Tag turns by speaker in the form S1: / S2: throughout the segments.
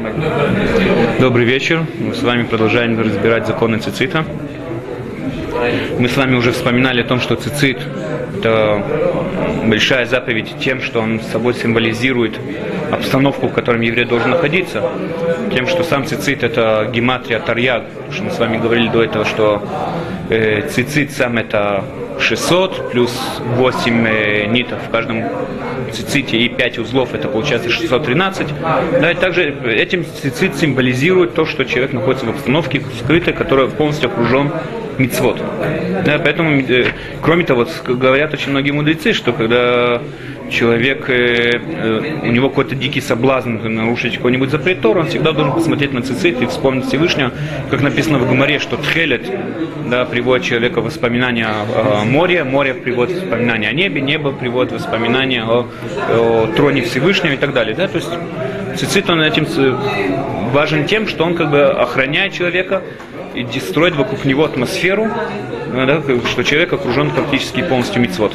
S1: Добрый вечер. Мы с вами продолжаем разбирать законы цицита. Мы с вами уже вспоминали о том, что цицит – это большая заповедь тем, что он собой символизирует обстановку, в которой еврей должен находиться. Тем, что сам цицит – это гематрия тарьяг. Потому что мы с вами говорили до этого, что цицит сам – это 600 плюс 8 нитов в каждом циците и 5 узлов, это получается 613. Да, и также этим цицит символизирует то, что человек находится в обстановке скрытой, которая полностью окружен мицвот. Да, поэтому, кроме того, говорят очень многие мудрецы, что когда человек, у него какой-то дикий соблазн нарушить какой-нибудь запрет Торы, он всегда должен посмотреть на цицит и вспомнить Всевышнего, как написано в Гемаре, что тхелет, да, приводит человека в воспоминания о море, море приводит воспоминания о небе, небо приводит воспоминания о троне Всевышнего и так далее. Да? То есть цицит, он этим важен тем, что он как бы охраняет человека и строит вокруг него атмосферу, да, что человек окружен практически полностью мицвот.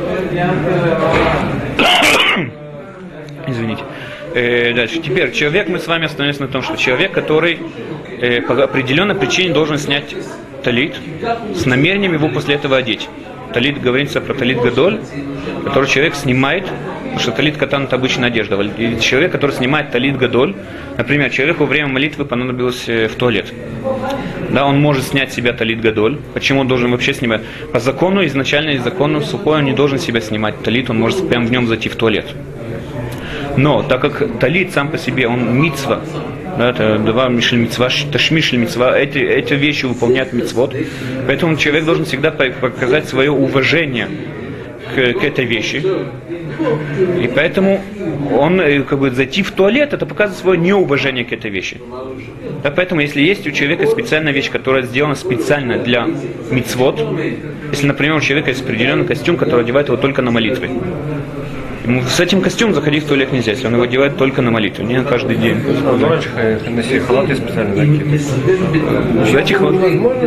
S1: Извините. Дальше. Теперь человек, мы с вами остановились на том, что человек, который по определенной причине должен снять талит, с намерением его после этого одеть. Талит, говорится про талит гадоль, который человек снимает, потому что талит катан – это обычная одежда. И человек, который снимает талит гадоль, например, человеку во время молитвы понадобилось в туалет. Да, он может снять с себя талит гадоль. Почему он должен вообще снимать? По закону, изначально из закона сухой он не должен себя снимать талит, он может прямо в нем зайти в туалет. Но так как талит сам по себе, он мицва, да, это два мишель мицва, ташмишель мицва, эти вещи выполняют мицвот, поэтому человек должен всегда показать свое уважение к этой вещи. И поэтому он, как бы, зайти в туалет, это показывает свое неуважение к этой вещи. Да, поэтому, если есть у человека специальная вещь, которая сделана специально для мицвот, если, например, у человека есть определенный костюм, который одевает его только на молитве, ему с этим костюмом заходить в туалет нельзя, если он его одевает только на молитву, не на каждый день.
S2: Носить халаты специально такие.
S1: Этих вот.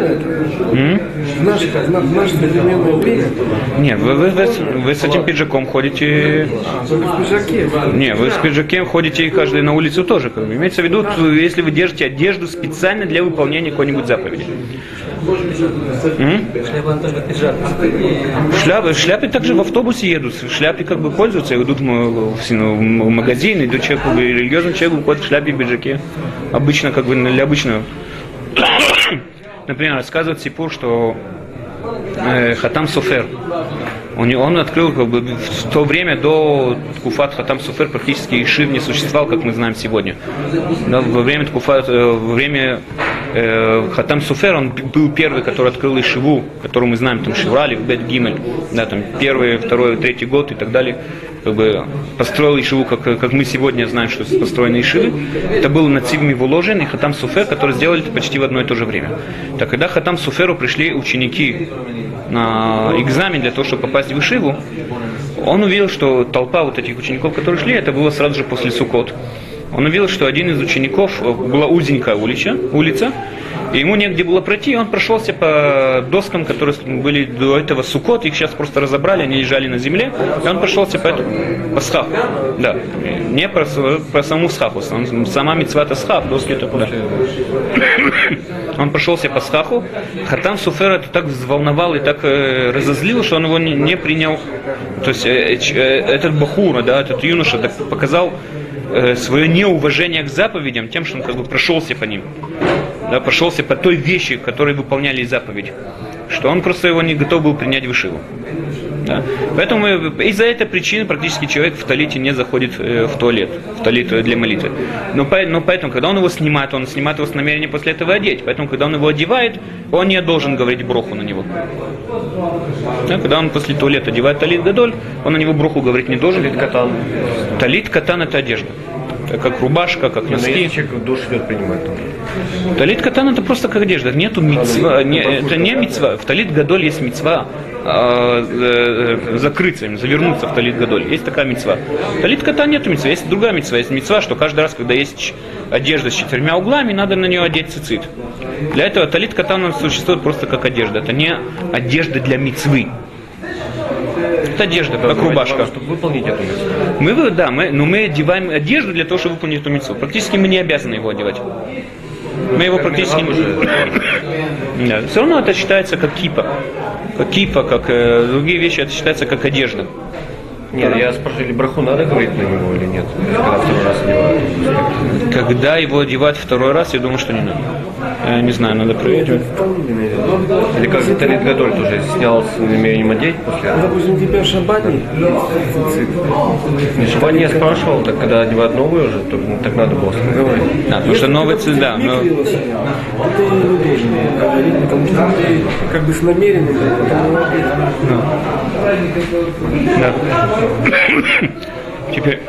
S2: В наше современное время.
S1: Нет, вы с этим пиджаком ходите.
S2: В пиджаке.
S1: Не, вы с пиджаком ходите и каждый на улицу тоже. Имеется в виду, если вы держите одежду специально для выполнения какой-нибудь заповеди. Шляпы также в автобусе едут. Шляпы как бы пользуются, идут в магазин, идут человек, религиозный человек выходит в шляпе и пиджаке. Обычно, как бы для обычного. Например, рассказывает Сипур, что Хатам Софер, он открыл, как бы, в то время до Ткуфат Хатам Софер практически Ишив не существовал, как мы знаем сегодня. Но во время Хатам Софер, он был первый, который открыл Ишиву, которую мы знаем, там Шиврали, Бет Гимель, да, там первый, второй, третий год и так далее. Как бы построил Ишиву, как мы сегодня знаем, что построены Ишивы. Это был Нацив Миволожен и Хатам Софер, которые сделали это почти в одно и то же время. Так, когда Хатам Соферу пришли ученики на экзамен для того, чтобы попасть в Ишиву, он увидел, что толпа вот этих учеников, которые шли, это было сразу же после Суккот. Он увидел, что один из учеников, была узенькая улица, и ему негде было пройти, и он прошелся по доскам, которые были до этого Суккот, их сейчас просто разобрали, они лежали на земле, и он прошелся по схаху. Да, не по самому схаху, сама мицва это схах, доски это куда. Он прошелся по схаху, Хатам Софер это так взволновал и так разозлил, что он его не принял. То есть этот бахур, да, этот юноша так показал свое неуважение к заповедям тем, что он как бы прошелся по ним, да, прошелся по той вещи, которые выполняли заповедь, что он просто его не готов был принять в Ишиву. Да. Поэтому из-за этой причины практически человек в талите не заходит в туалет для молитвы. Но поэтому, когда он его снимает его с намерением после этого одеть. Поэтому, когда он его одевает, он не должен говорить броху на него. Да, когда он после туалета одевает талит гадоль, он на него броху говорить не должен. Талит катан это одежда. Как рубашка, как носки.
S2: Но если человек душ идет принимать тоже.
S1: Талит катан это просто как одежда. Нету мицва. Это не мицва. В талит гадоль есть мицва закрыться, завернуться в талит гадоль. Есть такая мицва. Талит катан нету мицва. Есть другая мицва. Есть мицва, что каждый раз, когда есть одежда с 4 углами, надо на нее одеть цицит. Для этого талит катан существует просто как одежда. Это не одежда для мицвы. Это одежда,
S2: Да,
S1: как рубашка.
S2: Чтобы выполнить эту митцву.
S1: Мы одеваем одежду для того, чтобы выполнить эту митцву. Практически мы не обязаны его одевать. Мы его практически не... Да. Все равно это считается как кипа. Как кипа, как другие вещи, это считается как одежда.
S2: Нет, я спрашиваю, или браху надо говорить на него или нет? Когда второй раз одевают.
S1: Когда его одевать второй раз, я думаю, что не надо. Я не знаю, надо проверить.
S2: Или как Талит Гадоль тоже снял с намерением одеть после этого.
S3: Допустим, тебя шабатник,
S2: Шабан я спрашивал, так когда одевают новую уже, то так надо было говорить.
S1: Да, потому что новый цвет, да. Но...
S3: ты не должен говорить, потому что ты как бы с намерением.
S1: Да. Теперь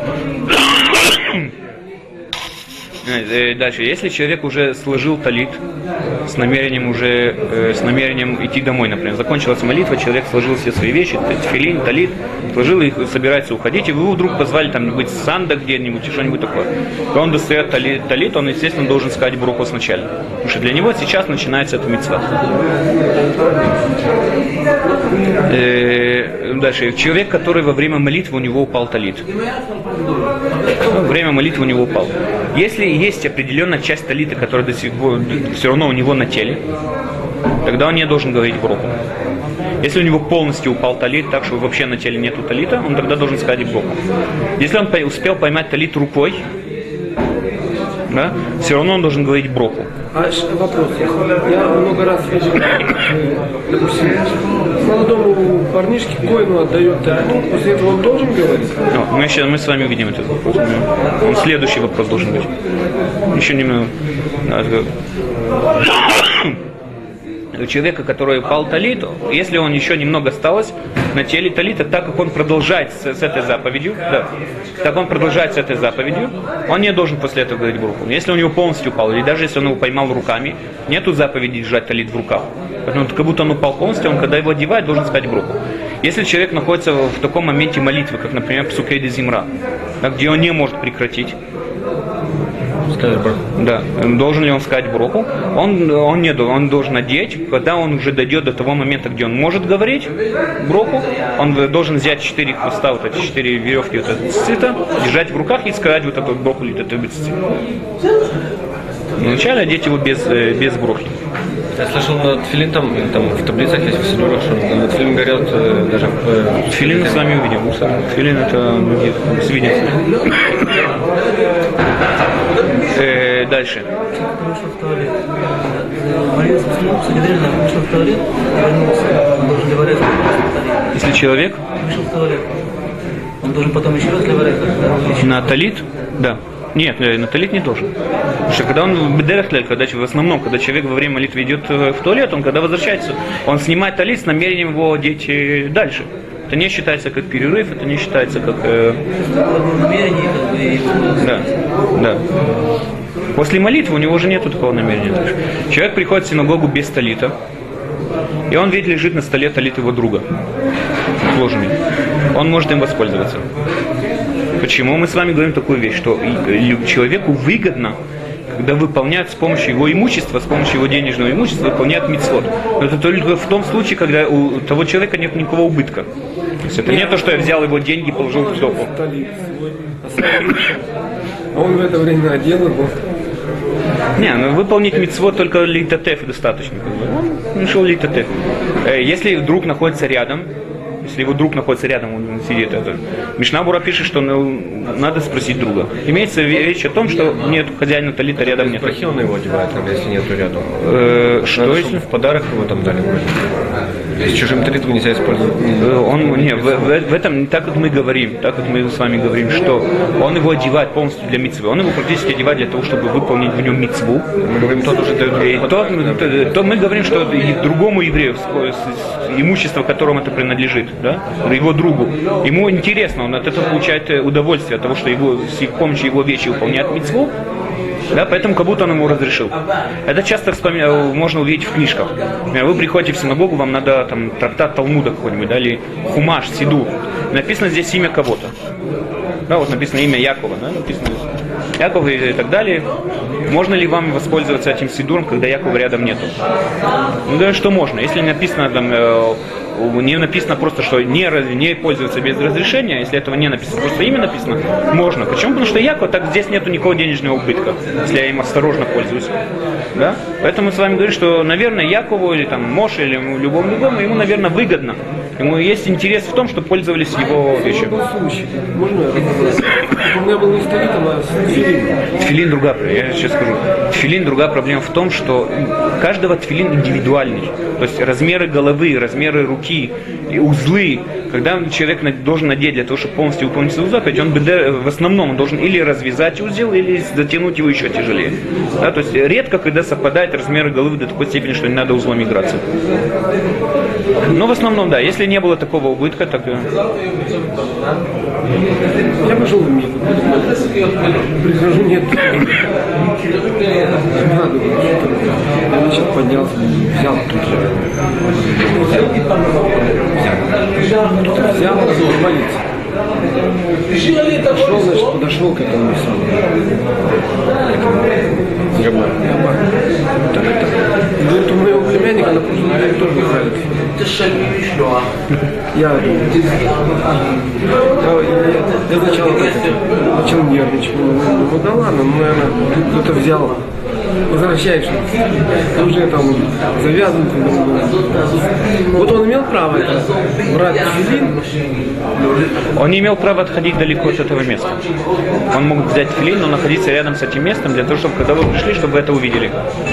S1: дальше. Если человек уже сложил талит с намерением идти домой, например, закончилась молитва, человек сложил все свои вещи, тфилин, талит, сложил их, собирается уходить, и вы вдруг позвали там быть санда где-нибудь, что-нибудь такое. То он достает талит, он, естественно, должен сказать бруху сначала. Потому что для него сейчас начинается эта мицва. Дальше. Человек, который во время молитвы у него упал талит. Во время молитвы у него упал. Если есть определенная часть талита, которая до сих пор все равно у него на теле, тогда он не должен говорить броху. Если у него полностью упал талит, так что вообще на теле нету талита, он тогда должен сказать броху. Если он успел поймать талит рукой, да, все равно он должен говорить броху.
S3: Вопрос. Я много раз видел, допустим, молодому парнишке коину отдают талит, после этого он должен говорить?
S1: Мы с вами увидим этот вопрос. Он следующий вопрос должен быть. Еще немного. У человека, который упал талиту, если он еще немного осталось на теле талита, так как он продолжает с этой заповедью, он не должен после этого говорить бруху. Если у него полностью упал, или даже если он его поймал руками, нету заповеди держать талит в руках. Поэтому как будто он упал полностью, он когда его одевает, должен сказать бруху. Если человек находится в таком моменте молитвы, как, например, Псукей де Зимра, где он не может прекратить, да, должен ли он сказать броху? Он должен одеть, когда он уже дойдет до того момента, где он может говорить броху, он должен взять 4 хвоста, вот эти 4 веревки вот этого цита, держать в руках и сказать вот эту броху или эту бецицит. Вначале одеть его без брохи.
S2: Я слышал, на тфилин там в таблицах есть в сидурах, что на тфилин горят даже...
S1: Тфилин мы с вами увидим. Тфилин это свидетель. Дальше.
S4: Вышел в туалет. Молился с неверно, вышел в туалет, вернулся. Он должен ливарет повторить.
S1: Если человек
S4: Вышел в туалет. Он должен потом еще раз ливарет.
S1: на талит, да. Нет, на талит не должен. Потому что когда он в основном, когда человек во время молитвы идет в туалет, он когда возвращается, он снимает талит с намерением его одеть дальше. Это не считается как перерыв, это не считается как... Да. После молитвы у него уже нет такого намерения. Человек приходит в синагогу без талита, и он видит, лежит на столе талит его друга, сложенный. Он может им воспользоваться. Почему? Мы с вами говорим такую вещь, что человеку выгодно, когда выполняют с помощью его имущества, с помощью его денежного имущества, выполняют мицвот. Но это только в том случае, когда у того человека нет никакого убытка. То есть это не то, что я взял его деньги и положил в стопу.
S3: А он в это время одел его.
S1: Не, выполнить мицвот только литотеф достаточно. Он нашел литотеф. Если друг находится рядом, он сидит. Мишна Бура пишет, что надо спросить друга. Имеется речь о том, что нет хозяина талита рядом нет.
S2: Брахи он его одевает, если нету рядом.
S1: Что если?
S2: В подарок его там дали. С чужим талитом нельзя использовать.
S1: В этом, так как мы с вами говорим, что он его одевает полностью для мицвы. Он его практически одевает для того, чтобы выполнить в нем мицву.
S2: Мы говорим, тот уже дает.
S1: То мы говорим, что и другому еврею, имущество которому это принадлежит, да, его другу, ему интересно, он от этого получает удовольствие от того, что с помощью его вещи выполняет мицву, да, поэтому как будто он ему разрешил. Это часто можно увидеть в книжках. Например, вы приходите в синагогу, вам надо там трактат Талмуда какой-нибудь, да, или Хумаш, Сиду. Написано здесь имя кого-то. Да, вот написано имя Якова, да, написано Яков и так далее. Можно ли вам воспользоваться этим сидуром, когда Якова рядом нету? Ну, да, что можно. Если написано там не написано просто, что не пользоваться без разрешения, если этого не написано, просто имя написано, можно. Почему? Потому что Яков, так здесь нету никакого денежного убытка, если я им осторожно пользуюсь. Да? Поэтому мы с вами говорим, что, наверное, Якову или там Моше или любому другому, ему, наверное, выгодно. Ему есть интерес в том, что пользовались его вещью.
S3: Можно я разобраться? У меня был не столик, а тфилин.
S1: Тфилин другая проблема, я сейчас скажу. Тфилин другая проблема в том, что у каждого тфилин индивидуальный. То есть размеры головы, размеры руки, и узлы. Когда человек должен надеть для того, чтобы полностью выполнить свою заповедь, он в основном он должен или развязать узел, или затянуть его еще тяжелее. Да, то есть редко, когда совпадают размеры головы до такой степени, что не надо узлом играться. Но в основном, да, если не было такого убытка, так...
S3: Я пошел в миг. Прихожу, нет. Я начал поднялся, взял тут же. Взял, молиться. Пошел, значит, подошел к этому самому. Говорит, у моего племянника на прошлом неделе тоже украли. Я сначала начал нервничать. Ну да ладно, наверное, кто-то взял. Возвращаешься, уже там завязан. Вот он имел право это брать тфилин.
S1: Он не имел права отходить далеко от этого места. Он мог взять тфилин, но находиться рядом с этим местом, для того, чтобы когда вы пришли, чтобы вы это увидели.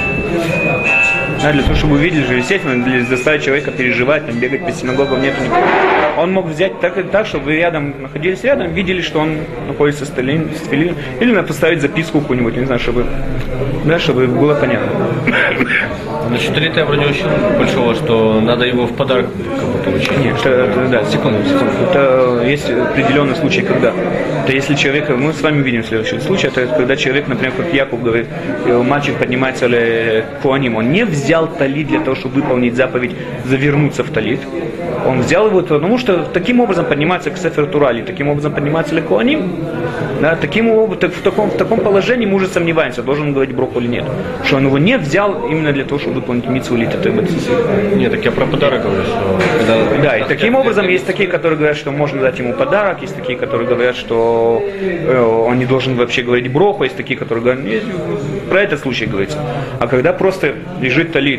S1: Да, для того, чтобы увидели же, естественно, для заставить человека переживать, там, бегать по синагогам, нету никакого. Он мог взять так, чтобы вы рядом находились рядом, видели, что он находится с тфилином, или поставить записку какую-нибудь, не знаю, чтобы было понятно.
S2: Насчет талита я вроде очень большого, что надо его в подарок как бы получить.
S1: Нет, секунду. Это есть определенный случай, когда. Это если человек, мы с вами видим следующий случай, это когда человек, например, как Яков говорит, мальчик поднимается к Коаним, он не взял талит для того, чтобы выполнить заповедь завернуться в талит. Он взял его, потому что таким образом поднимается к Сефер Турали, таким образом поднимается к Коаним. Да, в таком положении мы уже сомневаемся, должен он говорить броху или нет. Что он его не взял именно для того, чтобы выполнить мицву или
S2: Нет, так я про подарок говорю, что...
S1: Да, и таким образом есть такие, которые говорят, что можно дать ему подарок, есть такие, которые говорят, что он не должен вообще говорить броху, есть такие, которые говорят, про этот случай говорится. А когда просто лежит талит,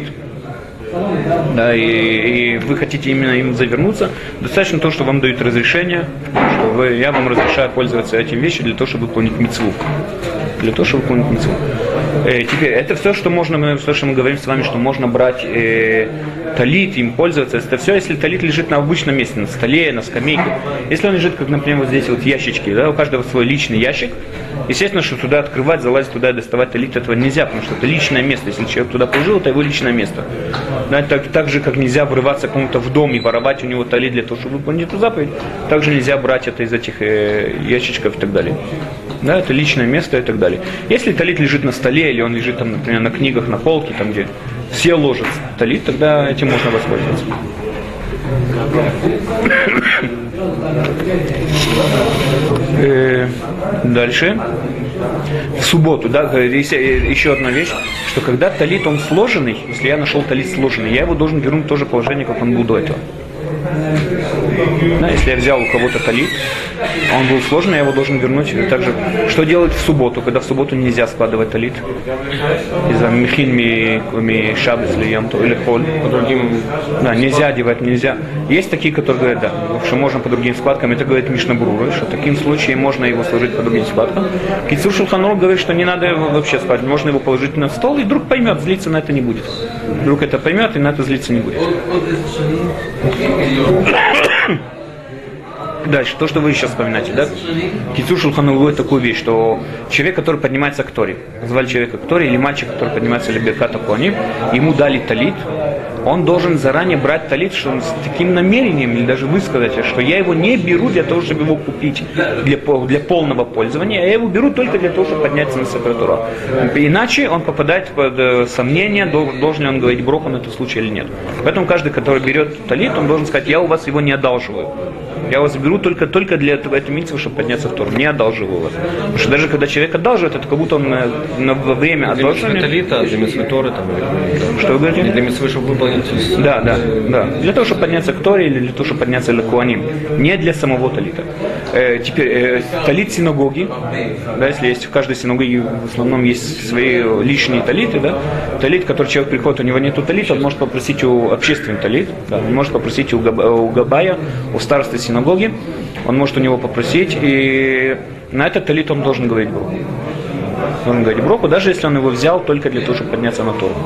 S1: да, и вы хотите именно им завернуться, достаточно того, что вам дают разрешение, что я вам разрешаю пользоваться этим вещью для того, чтобы выполнить мицву. Для того, чтобы выполнить мицву. Теперь, это все, что можно, все, что мы говорим с вами, что можно брать талит, им пользоваться. Это все, если талит лежит на обычном месте, на столе, на скамейке. Если он лежит, как, например, вот здесь вот ящички, да, у каждого свой личный ящик, естественно, что туда открывать, залазить туда, доставать талит, этого нельзя, потому что это личное место. Если человек туда положил, это его личное место. Да, так же, как нельзя врываться кому-то в дом и воровать у него талит для того, чтобы выполнить эту заповедь, также нельзя брать это из этих ящичков и так далее. Да, это личное место и так далее. Если талит лежит на столе, или он лежит, там, например, на книгах, на полке, там, где все ложат талит, тогда этим можно воспользоваться. Дальше. В субботу, да, еще одна вещь, что когда талит он сложенный, если я нашел талит сложенный, я его должен вернуть в то же положение, как он был до этого. Да, если я взял у кого-то талит, он был сложный, я его должен вернуть. Также, что делать в субботу, когда в субботу нельзя складывать талит? Из-за михин ми шабес или ямто или холь.
S2: По другим...
S1: Да, нельзя одевать, нельзя. Есть такие, которые говорят, да, что можно по другим складкам. Это говорит Мишна Брура, что в таким случае можно его сложить по другим складкам. Кицур Шулхан Арух говорит, что не надо его вообще складывать. Можно его положить на стол, и вдруг поймет, злиться на это не будет. Вдруг это поймет, и на это злиться не будет. Дальше, то, что вы сейчас вспоминаете, да? Кицур Шулхан Арух говорит такую вещь, что человек, который поднимается к Торе, звали человека к Торе, или мальчик, который поднимается к Беркат Коаним, ему дали талит, он должен заранее брать талит, что он с таким намерением, или даже высказать, что я его не беру для того, чтобы его купить для полного пользования, а я его беру только для того, чтобы подняться на Сефер Тора. Иначе он попадает под сомнение, должен ли он говорить броху на этот случай или нет. Поэтому каждый, который берет талит, он должен сказать, я у вас его не одалживаю. Я вас беру только для этого митцвы, чтобы подняться в Тору. Не одалживаю вас. Потому что даже когда человек одалживает, это как будто он во время одалживания...
S2: Для митцвы талита, для митцвы Торы, там,
S1: что вы говорите?
S2: Для митцвы, чтобы выполнить подняться.
S1: Да. Для того, чтобы подняться к Торе или для того, чтобы подняться к Куаним. Не для самого талита. Теперь, талит синагоги, да, если есть в каждой синагоге в основном есть свои личные талиты, да, талит, который человек приходит, у него нету талита, он может попросить у общественный талит, да, он может попросить у габая, у старосты синагоги, он может у него попросить, и на этот талит он должен говорить Броху. Должен говорить Броху, даже если он его взял только для того, чтобы подняться на Тору.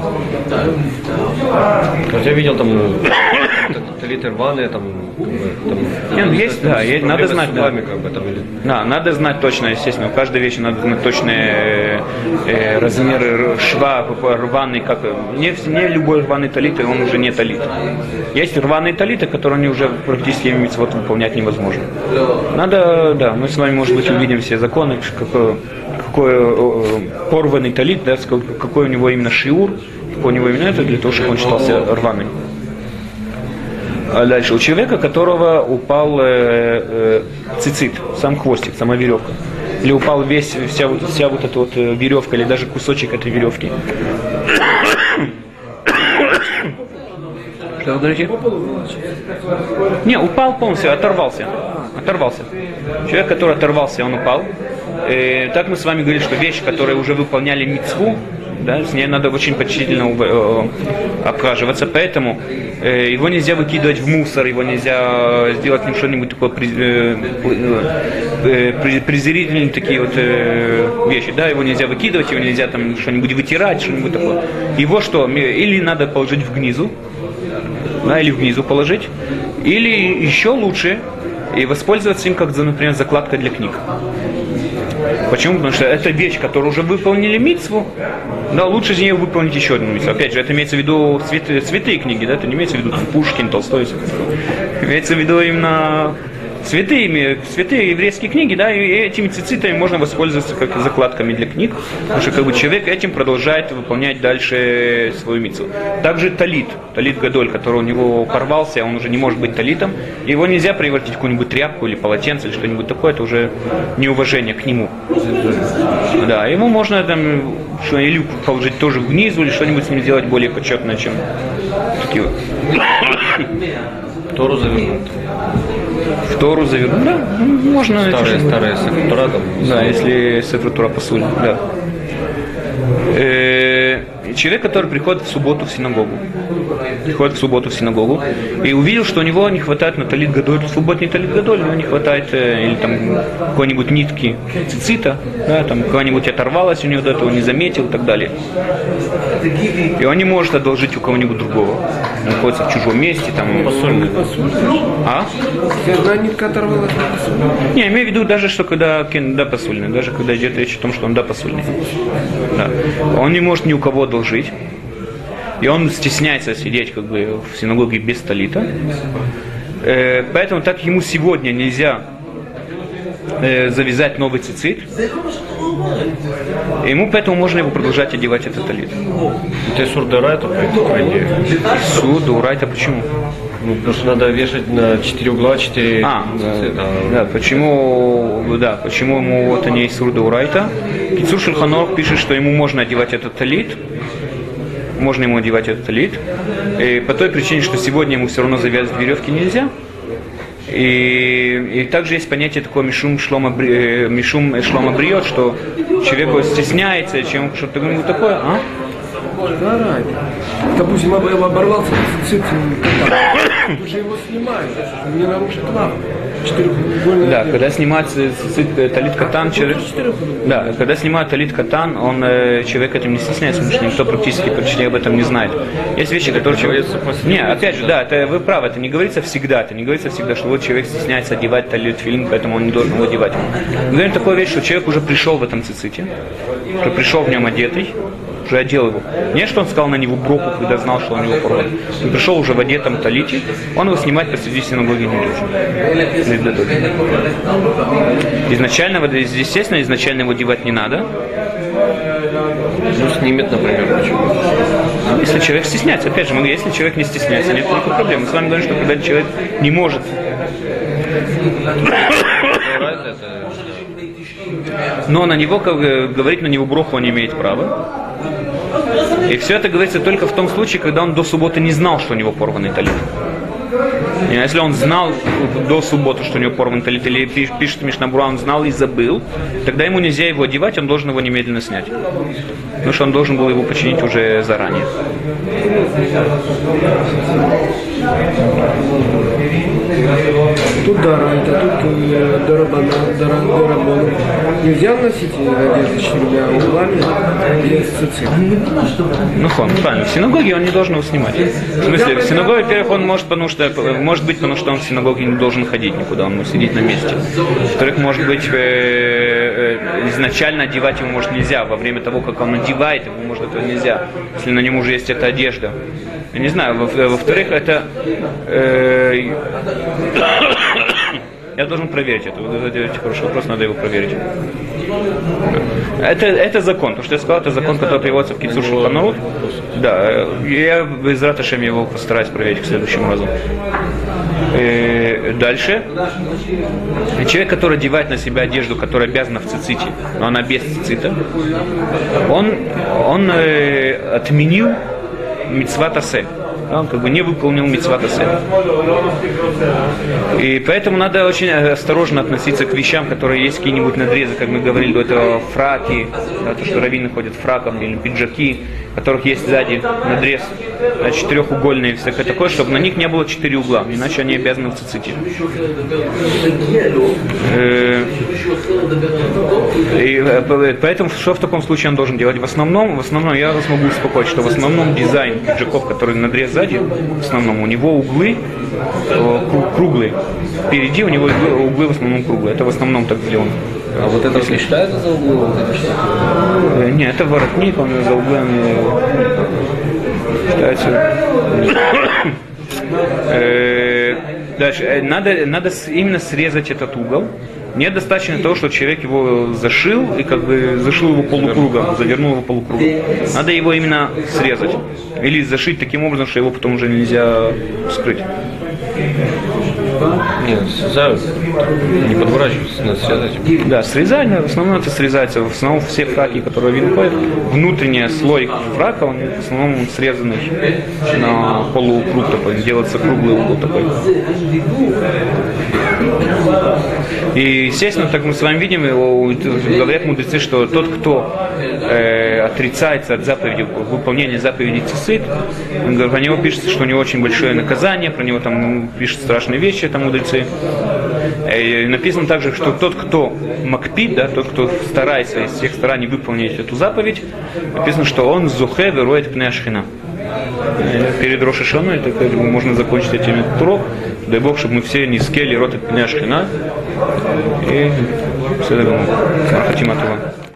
S2: Вот я видел там талиты рваные, там
S1: есть, да, надо знать, да.
S2: Как бы, там, или...
S1: Да, надо знать точно, естественно, у каждой вещи надо знать точные размеры шва, рваный, как не любой рваный талит, он уже не талит. Есть рваные талиты, которые они уже практически мицвот выполнять невозможно. Надо, да, мы с вами, может быть, увидим все законы, какой порванный талит, да, какой у него именно шиур, какой у него именно это, для того, чтобы он считался рваный. А дальше, у человека, у которого упал цицит, сам хвостик, сама веревка, или упал вся вот эта вот веревка, или даже кусочек этой веревки. Что вы говорите? Не, упал полностью, оторвался. Человек, который оторвался, он упал. Так мы с вами говорили, что вещи, которые уже выполняли мицву, да, с ней надо очень почтительно обхаживаться, поэтому его нельзя выкидывать в мусор, его нельзя сделать ним что-нибудь такое презрительные такие вот вещи, да, его нельзя выкидывать, его нельзя там что-нибудь вытирать, что-нибудь такое. Его что, или надо положить в гнизу, да, или в гнизу положить, или еще лучше и воспользоваться им как, например, закладка для книг. Почему? Потому что это вещь, которую уже выполнили мицву, да, лучше из нее выполнить еще одну мицву. Опять же, это имеется в виду святые книги, да, это не имеется в виду Пушкин, Толстой, имеется в виду именно святые еврейские книги, да, и этими цицитами можно воспользоваться как закладками для книг, потому что как бы человек этим продолжает выполнять дальше свою мицву. Также талит гадоль, который у него порвался, он уже не может быть талитом, его нельзя превратить в какую-нибудь тряпку или полотенце или что-нибудь такое, это уже неуважение к нему. Да, ему можно там или положить тоже внизу, или что-нибудь с ним сделать более почетное, чем такие вот.
S2: Тору завернуть.
S1: В Тору завернуть, да, можно.
S2: Старая Сефер-Тора там.
S1: Да, если Сефер-Тора пасуль, да. Человек, который приходит в субботу в синагогу, и увидел, что у него не хватает на талит гадоль, субботний талит гадоль, у него не хватает или там какой-нибудь нитки цицита, да, там какая-нибудь оторвалась у него до этого, не заметил и так далее. И он не может одолжить у кого-нибудь другого. Он находится в чужом месте, там. А?
S3: Одна нитка оторвалась.
S1: Не, имею в виду даже, что когда да посульный, даже когда идет речь о том, что он да посульный. Да. Он не может ни у кого одолжить. И он стесняется сидеть как бы в синагоге без талита. Поэтому так ему сегодня нельзя завязать новый цицит. Ему поэтому можно его продолжать одевать этот талит.
S2: Это Исур д'Орайта, по идее.
S1: Исур д'Орайта, почему?
S2: Ну, потому что надо вешать на 4 угла 4 цицит.
S1: Да, почему ему это не Исур д'Орайта? Кицур Шулхан Арух пишет, что ему можно одевать этот талит. Можно ему одевать этот талит. И по той причине, что сегодня ему все равно завязывать веревки нельзя. И также есть понятие такое мишум шлома бриот, что человек стесняется, чем что-то такое, а?
S3: Допустим, оборвался цицит, ты же его снимаешь, не нарушит лаву.
S1: Да, когда снимают талит катан, когда снимают талит катан, человек этим не стесняется, потому что никто практически почти об этом не знает. Есть вещи, которые человек... Не, опять же, да, вы правы, это не говорится всегда, что вот человек стесняется одевать талит филин, поэтому он не должен его одевать. Мы говорим такую вещь, что человек уже пришел в этом циците, уже пришел в нем одетый, уже одел его. Не, что он сказал на него броху, когда знал, что у него порван. Он пришел уже в одетом талите, он его снимать посреди синагоги не должен. Изначально его одевать не надо.
S2: Ну, снимет, например, почему?
S1: Если человек стесняется, опять же, если человек не стесняется, нет никакой проблемы. Мы с вами говорим, что когда человек не может. Но на него, как говорить на него броху, он не имеет права. И все это говорится только в том случае, когда он до субботы не знал, что у него порванный талит. И если он знал до субботы, что у него порван талит, или пишет Мишна Брура, он знал и забыл, тогда ему нельзя его одевать, он должен его немедленно снять. Потому что он должен был его починить уже заранее.
S3: Тут дарайта, тут дарабон. Нельзя носить одежду с 4 углами без цицит.
S1: Ну, правильно. В синагоге он не должен его снимать. В смысле, в синагоге, во-первых, он может, потому что он в синагоге не должен ходить никуда, он может сидеть на месте. Во-вторых, может быть, изначально одевать его, может, нельзя. Во время того, как он одевает его, может, этого нельзя. Если на нем уже есть эта одежда. Я не знаю. Во-вторых, это... Я должен проверить это. Вы задаете хороший вопрос, надо его проверить. Это закон. То, что я сказал, это закон, который приводится в Кицур Шулхан Арух. Да, я без Раташем его постараюсь проверить к следующему разу. Дальше. Человек, который одевает на себя одежду, которая обязана в циците, но она без цицита, он отменил мицват асе. Он как бы не выполнил мицват асе. И поэтому надо очень осторожно относиться к вещам, которые есть какие-нибудь надрезы, как мы говорили до этого, фраки, да, то, что раввины ходят в фраках, или пиджаки, у которых есть сзади надрез, четырехугольные, всякое такое, чтобы на них не было 4 угла, иначе они обязаны в циците. И поэтому что в таком случае он должен делать? В основном я вас могу успокоить, что в основном дизайн пиджаков, который надрез сзади, в основном у него углы круглые. Впереди у него углы в основном круглые. Это в основном так сделано.
S2: А вот это не считается за углы? Вот это что?
S1: Нет, это воротник, он за углами считается. Дальше. Надо именно срезать этот угол. Недостаточно того, что человек его зашил и как бы зашил его полукругом, завернул его полукругом. Надо его именно срезать. Или зашить таким образом, что его потом уже нельзя скрыть.
S2: Нет, срезают. Не подворачиваются, надо срезать.
S1: Да, срезание, в основном это срезается. В основном все фраки, которые ходят, внутренний слой фрака, он в основном срезанный на полукруг такой, делается круглый угол такой. И, естественно, так мы с вами видим, говорят мудрецы, что тот, кто отрицается от заповеди, выполнения заповеди цицит, про него пишется, что у него очень большое наказание, про него там пишут страшные вещи, там мудрецы. И написано также, что тот, кто макпид, да, тот, кто старается из всех стараний выполнить эту заповедь, написано, что он зухе верует пней ашхина. Перед Рош ха-Шана, это можно закончить этим этот урок. Дай Бог, чтобы мы все не скели рот от пней ашхина. И все, хотим этого.